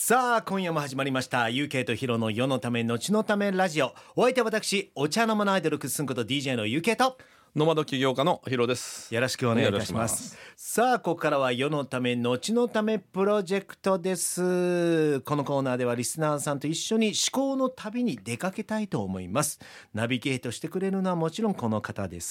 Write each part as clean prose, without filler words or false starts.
さあ今夜も始まりました UK とヒロの世のため後のためラジオ。お相手は私お茶の間のアイドルくっすんこと DJ の UK とノマド起業家のヒロです。 よろしくお願いいたします。さあここからは世のため後のためプロジェクトです。このコーナーではリスナーさんと一緒に思考の旅に出かけたいと思います。ナビゲートしてくれるのはもちろんこの方です。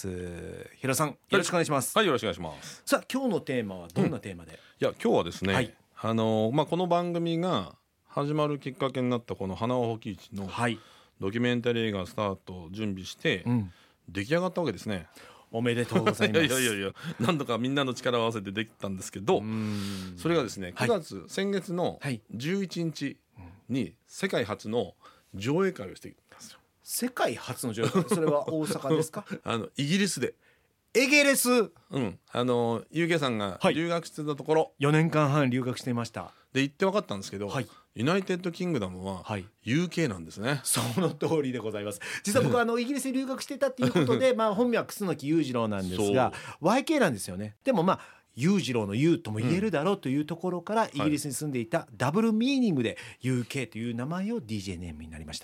ヒロさんよろしくお願いします。 はい、よろしくお願いします。 さあ今日のテーマはどんなテーマで、 いや今日はですね、 はい、 この番組が始まるきっかけになったこの花尾保木市のドキュメンタリー映画スタートを準備して出来上がったわけですね。 おめでとうございます。 いや何度かみんなの力を合わせてできたんですけど、それがですね9月、先月の11日に世界初の上映会をしてきたんですよ。 世界初の上映会、それは大阪ですか？ イギリスで。 イギリス、 UK さんが留学してたところ、 4年間半留学していました。 で行って分かったんですけど、ユナイテッドキングダムは UK なんですね。 その通りでございます。実は僕はイギリスに留学してたっていうことで本名は楠木裕次郎なんですが YK なんですよね。でも裕次郎の U とも言えるだろうというところから、イギリスに住んでいたダブルミーニングで UK という名前を DJ ネームになりました。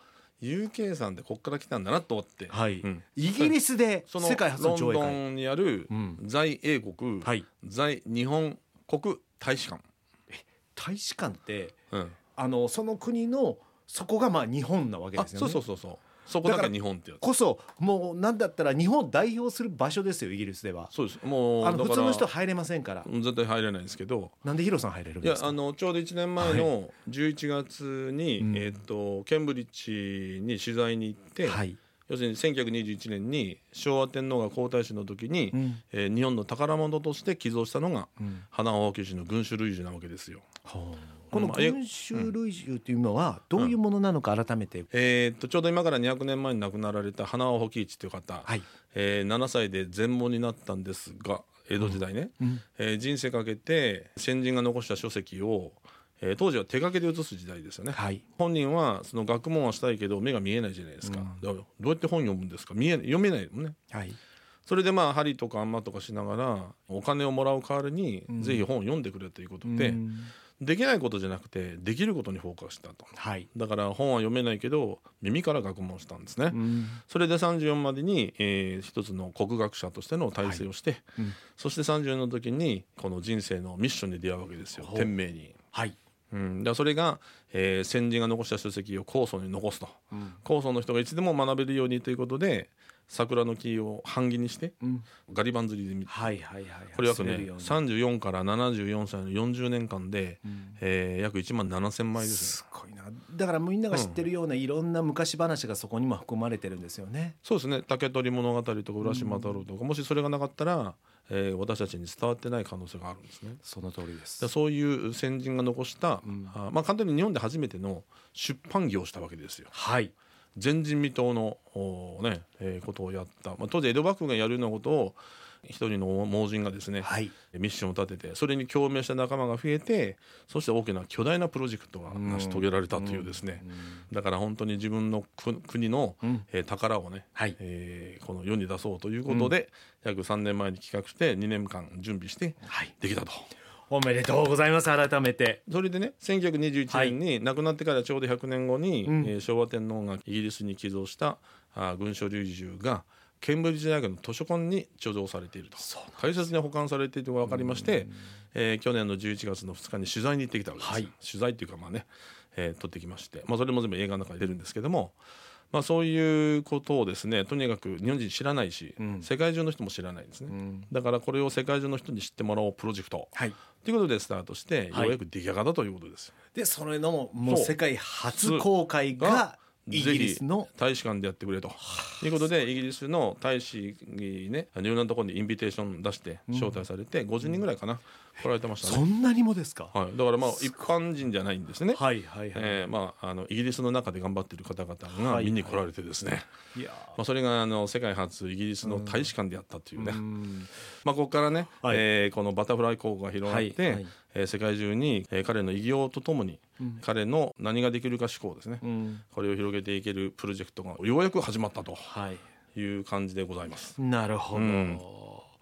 UK さんでこっから来たんだなと思って、 イギリスで世界初の上映会、 ロンドンにある在英国、在日本国大使館。 大使館って、その国のそこが日本なわけですよね。 そうそこだけ日本ってやつこそもうなんだったら日本を代表する場所ですよ、イギリスでは。 そうです。もう普通の人入れませんから。 絶対入れないんですけど。 なんでヒロさん入れるんですか？ ちょうど1年前の11月に、ケンブリッジに取材に行って、要するに1921年に昭和天皇が皇太子の時に、日本の宝物として寄贈したのが、花尾保木市の群衆類樹なわけですよ。 この群衆類樹というのはどういうものなのか改めて、 ちょうど今から200年前に亡くなられた花尾保木市という方、7歳で全盲になったんですが、江戸時代ね、人生かけて先人が残した書籍を当時は手書きで写す時代ですよね。本人はその学問はしたいけど目が見えないじゃないですか。だからどうやって本読むんですか？読めないもんね。それで針とかあんまとかしながらお金をもらう代わりに、ぜひ本を読んでくれということで、できないことじゃなくてできることにフォーカスしたと。だから本は読めないけど耳から学問したんですね。それで34までに、一つの国学者としての体制をして、そして30の時にこの人生のミッションに出会うわけですよ、天命に。だそれが、先人が残した書籍を後世に残すと、後世の人がいつでも学べるようにということで桜の木を版木にして、ガリ版刷りで見て、これ約ね34から74歳の40年間で、約1万7000枚です。 すごいな。だからみんなが知ってるようないろんな昔話がそこにも含まれてるんですよね。 そうですね。竹取物語とか浦島太郎とか、もしそれがなかったら、私たちに伝わってない可能性があるんですね。 その通りです。 そういう先人が残した、簡単に日本で初めての出版業をしたわけですよ。前人未到のことをやった、当時江戸幕府がやるようなことを一人の盲人がですね、ミッションを立てて、それに共鳴した仲間が増えて、そして大きな巨大なプロジェクトが成し遂げられたというですね、だから本当に自分の国の、宝をね、この世に出そうということで、約3年前に企画して2年間準備してできたと。 おめでとうございます。改めてそれでね、1921年に亡くなってからちょうど100年後に、昭和天皇がイギリスに寄贈した群書類樹がケンブリッジ大学の図書館に貯蔵されていると、大切に保管されていると分かりまして、去年の11月の2日に取材に行ってきたわけです。取材っていうか撮ってきまして、それも全部映画の中に出るんですけども、そういうことをですね、とにかく日本人知らないし、世界中の人も知らないんですね。だからこれを世界中の人に知ってもらおうプロジェクト、ということでスタートして、ようやく出来上がったということです。 でそれのもう世界初公開がイギリスの大使館でやってくれということで、イギリスの大使にね、いろんなところにインビテーション出して招待されて、50人ぐらいかな来られてましたね。 そんなにもですか？ だから一般人じゃないんですね。イギリスの中で頑張っている方々が見に来られてですね、それが世界初イギリスの大使館でやったというね、ここからね、このバタフライ効果が広がって、世界中に、彼の偉業とともに、彼の何ができるか思考ですね、これを広げていけるプロジェクトがようやく始まったという感じでございます。 なるほど、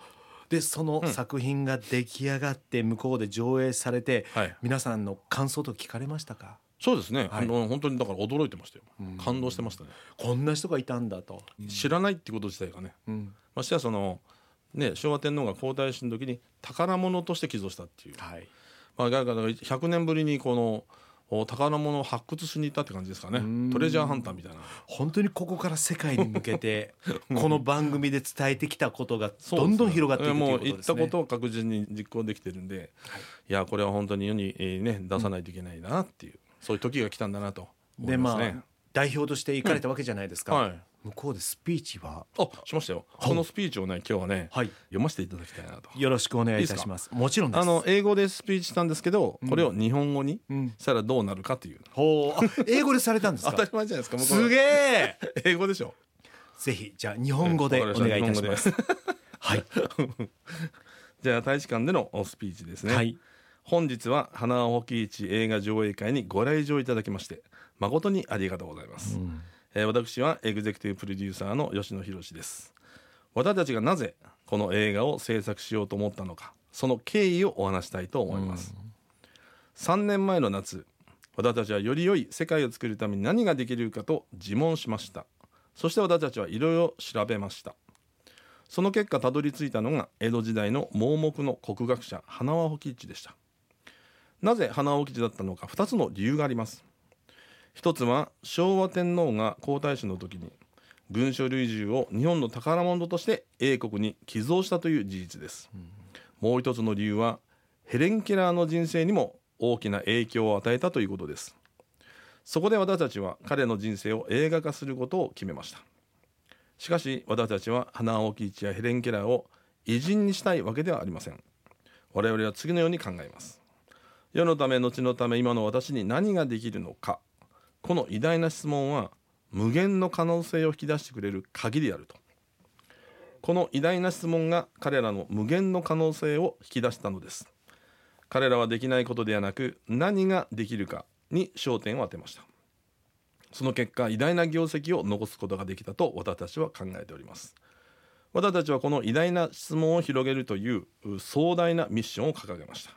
でその作品が出来上がって向こうで上映されて、皆さんの感想と聞かれましたか？ そうですね、本当にだから驚いてましたよ。感動してましたね。 こんな人がいたんだと、 知らないってこと自体がね、ましてやそのね、昭和天皇が皇太子の時に宝物として寄贈したっていう、だから100年ぶりにこの宝物を発掘しに行ったって感じですかね。トレジャーハンターみたいな。 本当にここから世界に向けてこの番組で伝えてきたことがどんどん広がっていくということですね。 もう言ったことを確実に実行できてるんで、いやこれは本当に世に、出さないといけないなっていう、そういう時が来たんだなと思いますね。 代表として行かれたわけじゃないですか、向こうでスピーチはしましたよ。このスピーチをね今日はね、読ませていただきたいなと。 よろしくお願いいたします。もちろんです。 英語でスピーチしたんですけど、これを日本語にしたらどうなるかという、 英語でされたんですか？ 当たり前じゃないですか。 すげえ英語でしょ。 ぜひじゃあ日本語でお願いいたします。 じゃあ大使館でのスピーチですね。本日は花尾火市映画上映会にご来場いただきまして誠にありがとうございます。私はエグゼクティブプロデューサーの吉野博です。私たちがなぜこの映画を制作しようと思ったのか、その経緯をお話したいと思います。3年前の夏、私たちはより良い世界を作るために何ができるかと自問しました。そして私たちはいろいろ調べました。その結果たどり着いたのが江戸時代の盲目の国学者花輪保吉一でした。なぜ花輪保吉だったのか、2つの理由があります。一つは昭和天皇が皇太子の時に軍書類従を日本の宝物として英国に寄贈したという事実です。もう一つの理由はヘレン・ケラーの人生にも大きな影響を与えたということです。そこで私たちは彼の人生を映画化することを決めました。しかし私たちは花尾喜一やヘレン・ケラーを偉人にしたいわけではありません。我々は次のように考えます。世のため後のため今の私に何ができるのか、この偉大な質問は無限の可能性を引き出してくれる鍵であると。この偉大な質問が彼らの無限の可能性を引き出したのです。彼らはできないことではなく何ができるかに焦点を当てました。その結果偉大な業績を残すことができたと私たちは考えております。私たちはこの偉大な質問を広げるという壮大なミッションを掲げました。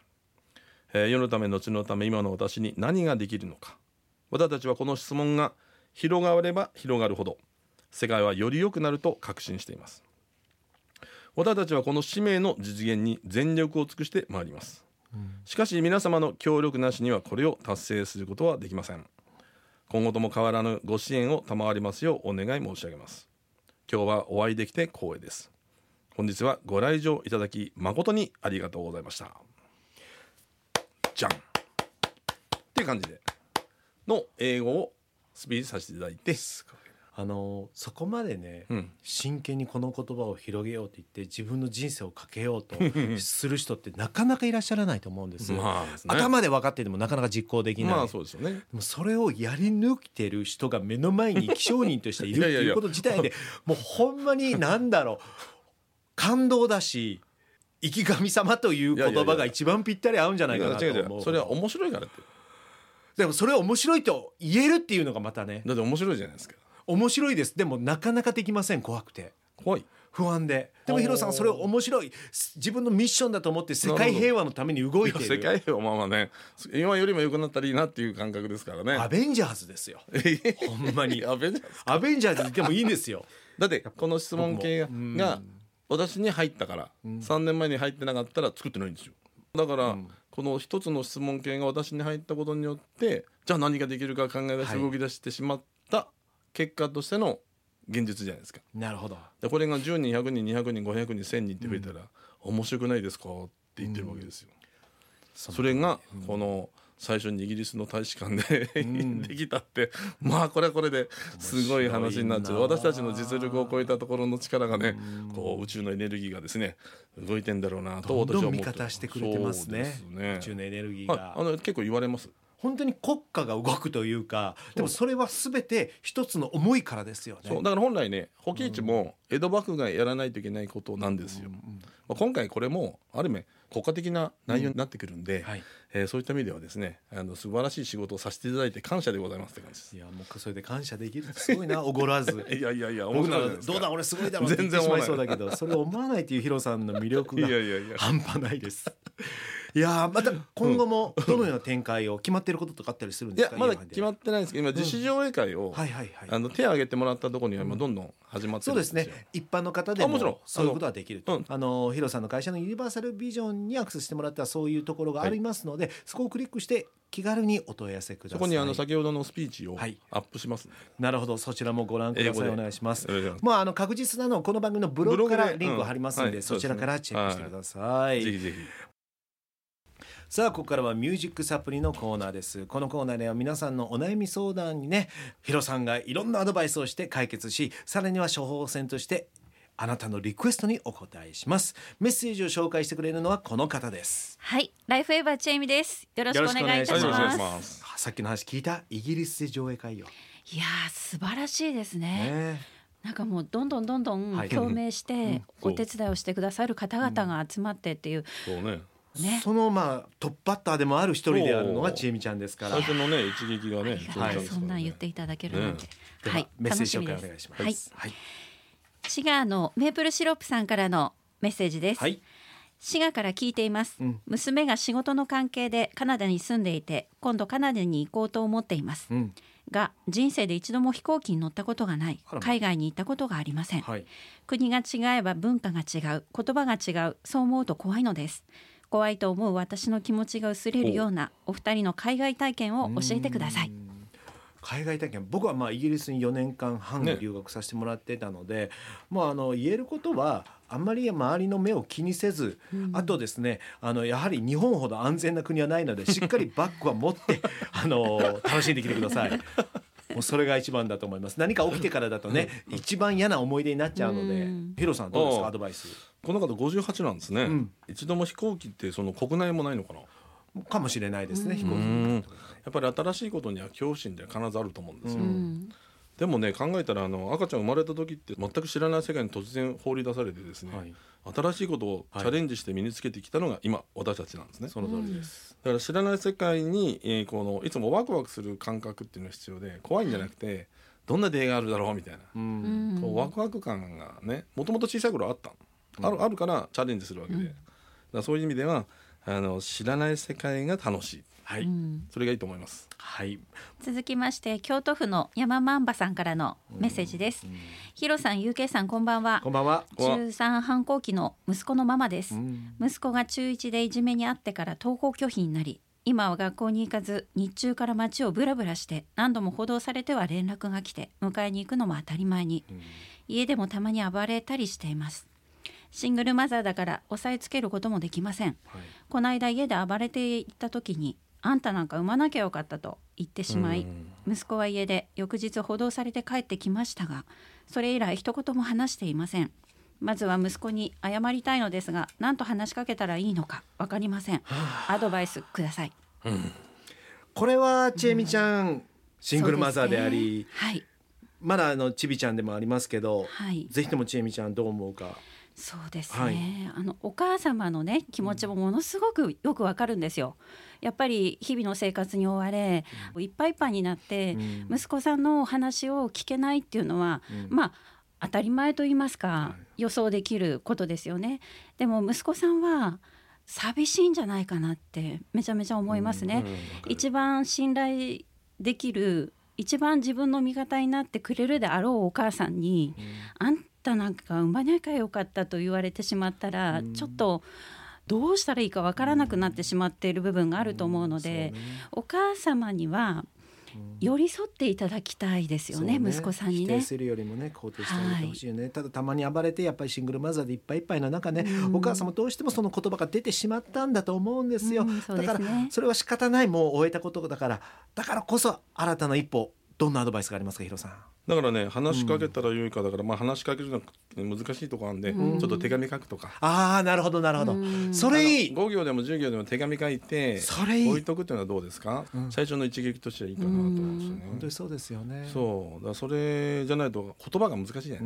世のため後のため今の私に何ができるのか。私たちはこの質問が広がれば広がるほど世界はより良くなると確信しています。私たちはこの使命の実現に全力を尽くしてまいります。しかし皆様の協力なしにはこれを達成することはできません。今後とも変わらぬご支援を賜りますようお願い申し上げます。今日はお会いできて光栄です。本日はご来場いただき誠にありがとうございました。じゃんっていう感じでの英語をスピーチさせていただいて、 そこまでね、真剣にこの言葉を広げようと言って自分の人生をかけようとする人ってなかなかいらっしゃらないと思うんです。頭で分かっていてもなかなか実行できない。 そうですよね。 でもそれをやり抜いてる人が目の前に生き証人としているっていうこと自体でもうほんまに感動だし、生き神様という言葉が一番ぴったり合うんじゃないかなと思う。 それは面白いからって。 でもそれを面白いと言えるっていうのがまたね。 だって面白いじゃないですか。 面白いです。でもなかなかできません。怖くて不安で。でもヒロさんそれを面白い自分のミッションだと思って世界平和のために動いている。 世界平和ね、今よりも良くなったらいいなっていう感覚ですからね。 アベンジャーズですよほんまにアベンジャーズでもいいんですよ。 だってこの質問系が私に入ったから、3年前に入ってなかったら作ってないんですよ。だから、この一つの質問系が私に入ったことによってじゃあ何ができるか考え出して動き出してしまった結果としての現実じゃないですか。 なるほど。 でこれが10人100人200人500人1000人って増えたら、面白くないですかって言ってるわけですよ。それがこの最初にイギリスの大使館でできたって、これはこれですごい話になっちゃう。私たちの実力を超えたところの力がね、こう宇宙のエネルギーがですね動いてんだろうなと私は思って。 どんどん味方してくれてますね。宇宙のエネルギーが、 結構言われます。 本当に国家が動くというか、でもそれは全て一つの思いからですよね。 そうだから本来ね、保吉も江戸幕府がやらないといけないことなんですよ。今回これもある意味国家的な内容になってくるんで、 はい、 そういった意味ではですね素晴らしい仕事をさせていただいて感謝でございますって感じです。 いやもうそれで感謝できるってすごいなおごらずいやいやいや僕なら面白いじゃないですか。 どうだ俺すごいだろうって言ってしまいそうだけどそれを思わないっていうヒロさんの魅力がいやいやいや半端ないですいやまた今後もどのような展開を決まっていることとかあったりするんですか？ いやまだ決まってないんですけど今自主上映会を、 はいはいはい、 手を挙げてもらったところには今どんどん始まってそうるんですよ。 ですね一般の方でもちろんもそういうことはできると、ヒロさんの会社のユニバーサルビジョンにアクセスしてもらったらそういうところがありますので、そこをクリックして気軽にお問い合わせください。 そこに先ほどのスピーチをアップします、ね。 なるほどそちらもご覧ください。お願いします。 まあ確実なのはこの番組のブログからリンクを貼りますので、そちらからチェックしてください。 ぜひぜひ。 さあここからはミュージックサプリのコーナーです。このコーナーでは皆さんのお悩み相談にねヒロさんがいろんなアドバイスをして解決し、さらには処方箋としてあなたのリクエストにお答えします。メッセージを紹介してくれるのはこの方です。 はい、ライフエバーチェイミです。よろしくお願いいたします。 さっきの話聞いたイギリスで上映会よ。 いや素晴らしいですね。なんかもうどんどん共鳴してお手伝いをしてくださる方々が集まってっていう、 そうねそのトップバッターでもある一人であるのがちえみちゃんですから、 最初のね一撃がね、 そんなん言っていただけるなんて、 はい、メッセージ紹介お願いします。 はい、滋賀のメープルシロップさんからのメッセージです。はい、滋賀から聞いています、娘が仕事の関係でカナダに住んでいて今度カナダに行こうと思っています、が人生で一度も飛行機に乗ったことがない、海外に行ったことがありません、国が違えば文化が違う、言葉が違う、そう思うと怖いのです。怖いと思う私の気持ちが薄れるようなお二人の海外体験を教えてください。 海外体験、僕はイギリスに4年間半留学させてもらってたので、言えることはあんまり周りの目を気にせず、あとですねやはり日本ほど安全な国はないのでしっかりバッグは持って楽しんできてください。もうそれが一番だと思います。何か起きてからだとね一番嫌な思い出になっちゃうので、ヒロさんどうですかアドバイス。 この方58なんですね、一度も飛行機ってその国内もないのかな。 かもしれないですね、飛行機。 やっぱり新しいことには恐怖心って必ずあると思うんですよ、でもね考えたら赤ちゃん生まれた時って全く知らない世界に突然放り出されてですね、新しいことをチャレンジして身につけてきたのが今私たちなんですね。 その通りです。 だから知らない世界に、いつもワクワクする感覚っていうのが必要で、怖いんじゃなくてどんな出会いがあるだろうみたいな、ワクワク感がねもともと小さい頃あったあるからチャレンジするわけで、だからそういう意味では知らない世界が楽しい、それがいいと思います。 続きまして京都府の山マンバさんからのメッセージです。ヒロさん、ゆうけいさん、こんばんは。 こんばんは。 中3反抗期の息子のママです、息子が中1でいじめにあってから登校拒否になり、今は学校に行かず日中から街をブラブラして何度も補導されては連絡が来て迎えに行くのも当たり前に、家でもたまに暴れたりしています。シングルマザーだから抑えつけることもできません、この間家で暴れていた時にあんたなんか産まなきゃよかったと言ってしまい、息子は家で翌日補導されて帰ってきましたが、それ以来一言も話していません。まずは息子に謝りたいのですが何と話しかけたらいいのか分かりません。アドバイスください。 これはちえみちゃん、シングルマザーであり、まだちびちゃんでもありますけど、ぜひともちえみちゃんどう思うか。 そうですね、お母様のね気持ちもものすごくよくわかるんですよ。やっぱり日々の生活に追われ、いっぱいいっぱいになって、息子さんのお話を聞けないっていうのは、当たり前と言いますか、予想できることですよね。でも息子さんは寂しいんじゃないかなってめちゃめちゃ思いますね。一番信頼できる、一番自分の味方になってくれるであろうお母さんに、あんたなんか産まなきゃよかったと言われてしまったら、ちょっとどうしたらいいかわからなくなってしまっている部分があると思うので、お母様には寄り添っていただきたいですよね、息子さんにね。 否定するよりもね肯定してあげてほしいよね、ただたまに暴れてやっぱりシングルマザーでいっぱいいっぱいの中ね、お母さんもどうしてもその言葉が出てしまったんだと思うんですよ、だからそれは仕方ない、もう終えたことだからこそ新たな一歩、どんなアドバイスがありますか、ヒロさん。 だからね話しかけたらよいかだから、話しかけるのは難しいところあるんで、ちょっと手紙書くとか。 なるほどなるほど、それいい。 5行でも10行でも手紙書いてそれいい置いとくっていうのはどうですか、最初の一撃としてはいいかなと思うんですよね。 本当にそうですよね。 そうだ、それじゃないと言葉が難しいじゃない、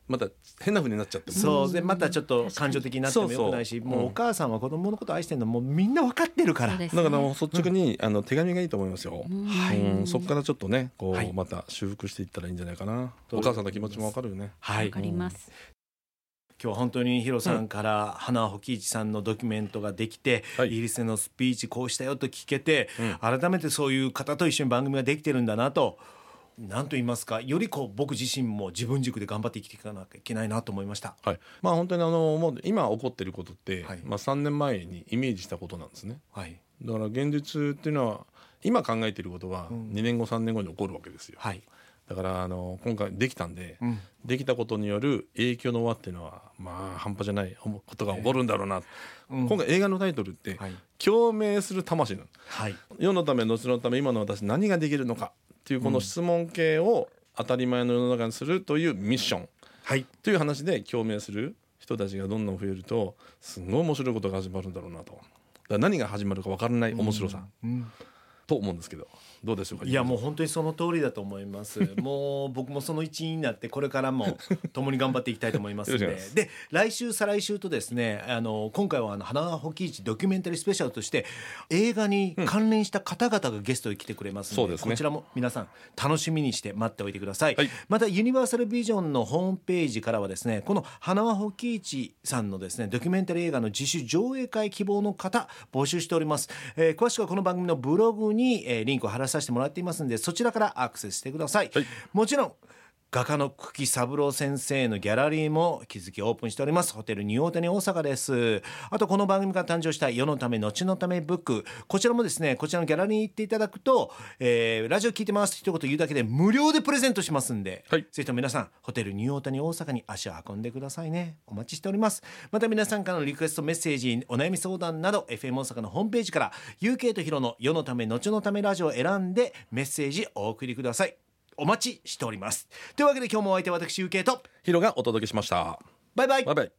また変な風になっちゃってもそうでまたちょっと感情的になってもよくないし、もうお母さんは子供のことを愛してるのもうみんな分かってるから、 そうですねだからもう率直に、手紙がいいと思いますよ、そこからちょっとねこう、 はいまた修復していったらいいんじゃないかな。お母さんの気持ちも分かるよね。 はい、 わかります。 今日は本当にヒロさんから花保喜一さんのドキュメントができて、 はいイギリスでのスピーチこうしたよと聞けて、改めてそういう方と一緒に番組ができてるんだなと、なんと言いますか、よりこう僕自身も自分軸で頑張って生きていかなきゃいけないなと思いました。 はい、まあ本当にもう今起こっていることって、 はい 3年前にイメージしたことなんですね。 はいだから現実っていうのは今考えていることは2年後3年後に起こるわけですよ。 はいだから今回できたんで、 うんできたことによる影響の輪っていうのはまあ半端じゃないことが起こるんだろうな、 うん今回映画のタイトルって、 はい共鳴する魂なの。 はい世のため後のため今の私何ができるのかっていうこの質問形を当たり前の世の中にするというミッションはいという話で共鳴する人たちがどんどん増えるとすごい面白いことが始まるんだろうなと。だから何が始まるか分からない面白さ、 うんと思うんですけど、どうでしょうか。 いやもう本当にその通りだと思いますもう僕もその一員になってこれからも共に頑張っていきたいと思いますのでよろしくお願いしますで来週再来週とですね今回は花保喜一ドキュメンタリースペシャルとして映画に関連した方々がゲストに来てくれますので、 そうですねこちらも皆さん楽しみにして待っておいてください、 はいまたユニバーサルビジョンのホームページからはですねこの花保喜一さんのですねドキュメンタリー映画の自主上映会希望の方募集しております、詳しくはこの番組のブログに、リンクを貼らさせてもらっていますのでそちらからアクセスしてください、 はいもちろん画家の久喜三郎先生のギャラリーも引き続きオープンしておりますホテルニューオータニ大阪です。あとこの番組から誕生した世のため後のためブック、こちらもですねこちらのギャラリーに行っていただくと、ラジオ聞いてますと一言言うだけで無料でプレゼントしますんで、 はいぜひとも皆さんホテルニューオータニ大阪に足を運んでくださいね。お待ちしております。また皆さんからのリクエストメッセージお悩み相談など FM 大阪のホームページから UK とヒロの世のため後のためラジオを選んでメッセージお送りください。お待ちしております。というわけで今日もお相手は私 UK とヒロがお届けしました。 バイバイ。 バイバイ。